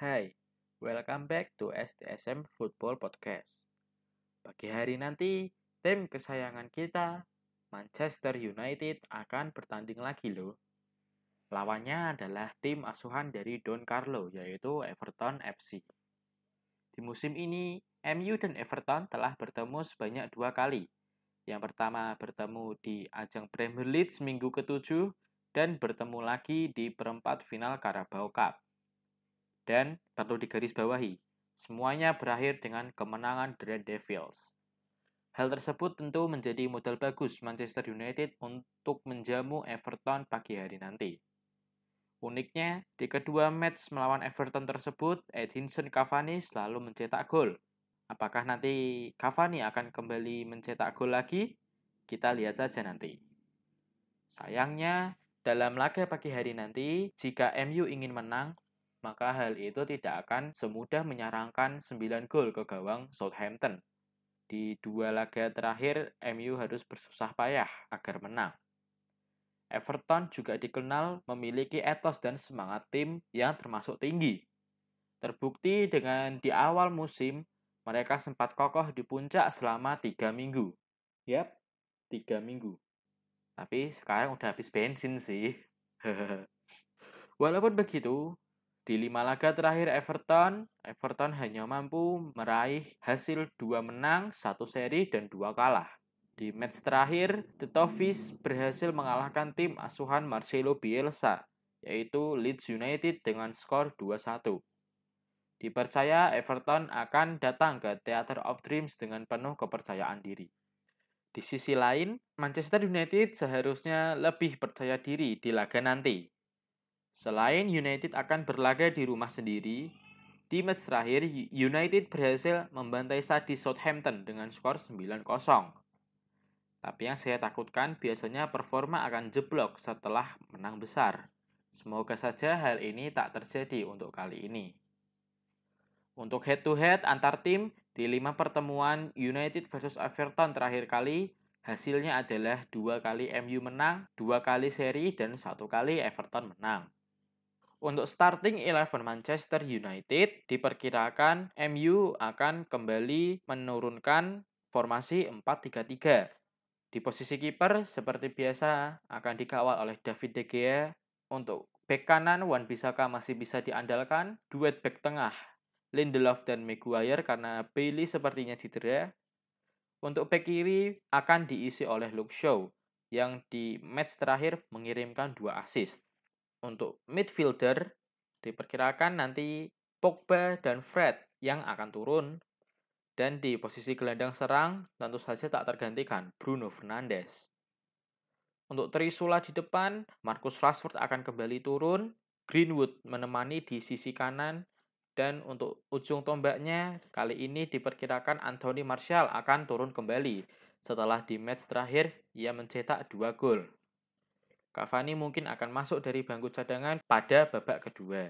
Hai, welcome back to STSM Football Podcast. Pagi hari nanti, tim kesayangan kita, Manchester United, akan bertanding lagi loh. Lawannya adalah tim asuhan dari Don Carlo, yaitu Everton FC. Di musim ini, MU dan Everton telah bertemu sebanyak 2 kali. Yang pertama bertemu di ajang Premier League minggu ke-7 dan bertemu lagi di perempat final Carabao Cup. Dan perlu digarisbawahi, semuanya berakhir dengan kemenangan The Red Devils. Hal tersebut tentu menjadi modal bagus Manchester United untuk menjamu Everton pagi hari nanti. Uniknya, di kedua match melawan Everton tersebut, Edinson Cavani selalu mencetak gol. Apakah nanti Cavani akan kembali mencetak gol lagi? Kita lihat saja nanti. Sayangnya, dalam laga pagi hari nanti, jika MU ingin menang, maka hal itu tidak akan semudah menyerangkan 9 gol ke gawang Southampton. Di 2 laga terakhir, MU harus bersusah payah agar menang. Everton juga dikenal memiliki etos dan semangat tim yang termasuk tinggi. Terbukti dengan di awal musim, mereka sempat kokoh di puncak selama 3 minggu. Yap, 3 minggu. Tapi sekarang udah habis bensin sih. Walaupun begitu, di 5 laga terakhir Everton hanya mampu meraih hasil 2 menang, 1 seri, dan 2 kalah. Di match terakhir, The Toffees berhasil mengalahkan tim asuhan Marcelo Bielsa, yaitu Leeds United dengan skor 2-1. Dipercaya Everton akan datang ke Theatre of Dreams dengan penuh kepercayaan diri. Di sisi lain, Manchester United seharusnya lebih percaya diri di laga nanti. Selain United akan berlaga di rumah sendiri, di match terakhir United berhasil membantai sadis Southampton dengan skor 9-0. Tapi yang saya takutkan biasanya performa akan jeblok setelah menang besar. Semoga saja hal ini tak terjadi untuk kali ini. Untuk head-to-head antar tim, di 5 pertemuan United versus Everton terakhir kali, hasilnya adalah 2 kali MU menang, 2 kali seri, dan 1 kali Everton menang. Untuk starting 11 Manchester United, diperkirakan MU akan kembali menurunkan formasi 4-3-3. Di posisi kiper, seperti biasa, akan dikawal oleh David De Gea. Untuk bek kanan, Wan-Bissaka masih bisa diandalkan. Duet bek tengah, Lindelof dan Maguire karena Bailey sepertinya cedera. Untuk bek kiri, akan diisi oleh Luke Shaw, yang di match terakhir mengirimkan 2 assist. Untuk midfielder, diperkirakan nanti Pogba dan Fred yang akan turun. Dan di posisi gelandang serang, tentu saja tak tergantikan Bruno Fernandes. Untuk Trisula di depan, Marcus Rashford akan kembali turun, Greenwood menemani di sisi kanan, dan untuk ujung tombaknya, kali ini diperkirakan Anthony Martial akan turun kembali setelah di match terakhir ia mencetak 2 gol. Cavani mungkin akan masuk dari bangku cadangan pada babak kedua.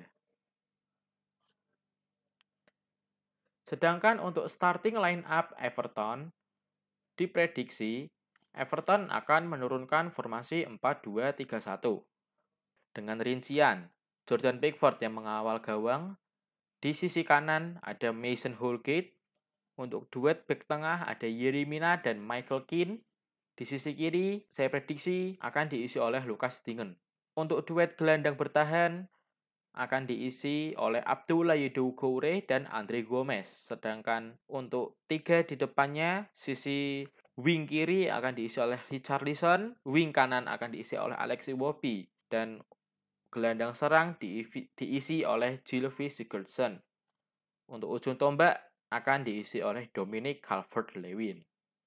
Sedangkan untuk starting line up Everton, diprediksi Everton akan menurunkan formasi 4-2-3-1. Dengan rincian, Jordan Pickford yang mengawal gawang, di sisi kanan ada Mason Holgate, untuk duet bek tengah ada Yerry Mina dan Michael Keane. Di sisi kiri, saya prediksi akan diisi oleh Lucas Digne. Untuk duet gelandang bertahan, akan diisi oleh Abdoulaye Doucouré dan Andre Gomez. Sedangkan untuk 3 di depannya, sisi wing kiri akan diisi oleh Richarlison, wing kanan akan diisi oleh Alexis Iwobi, dan gelandang serang diisi oleh Gylfi Sigurdsson. Untuk ujung tombak akan diisi oleh Dominic Calvert-Lewin.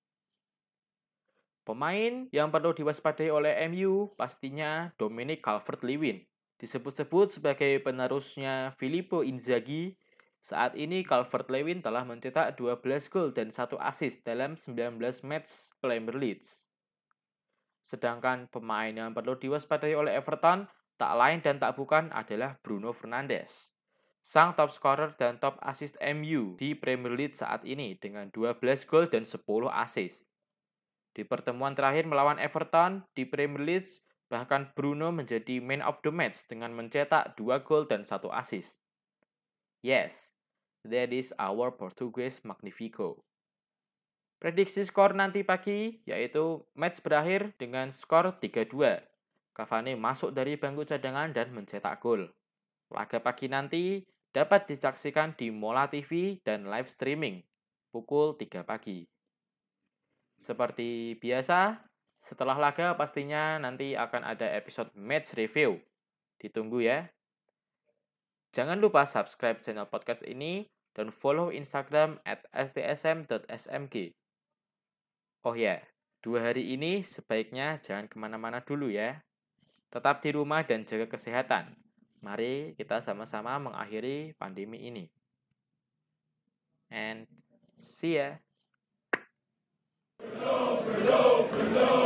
Pemain yang perlu diwaspadai oleh MU pastinya Dominic Calvert-Lewin. Disebut-sebut sebagai penerusnya Filippo Inzaghi, saat ini Calvert-Lewin telah mencetak 12 gol dan 1 assist dalam 19 match Premier League. Sedangkan pemain yang perlu diwaspadai oleh Everton tak lain dan tak bukan adalah Bruno Fernandes, sang top scorer dan top assist MU di Premier League saat ini dengan 12 gol dan 10 assist. Di pertemuan terakhir melawan Everton di Premier League, bahkan Bruno menjadi man of the match dengan mencetak 2 gol dan 1 assist. Yes, that is our Portuguese Magnifico. Prediksi skor nanti pagi yaitu match berakhir dengan skor 3-2. Cavani masuk dari bangku cadangan dan mencetak gol. Laga pagi nanti dapat disaksikan di Mola TV dan live streaming pukul 3 pagi. Seperti biasa, setelah laga pastinya nanti akan ada episode match review. Ditunggu ya. Jangan lupa subscribe channel podcast ini dan follow Instagram @stsm.smg. Oh ya, 2 hari ini sebaiknya jangan kemana-mana dulu ya. Tetap di rumah dan jaga kesehatan. Mari kita sama-sama mengakhiri pandemi ini. And see ya.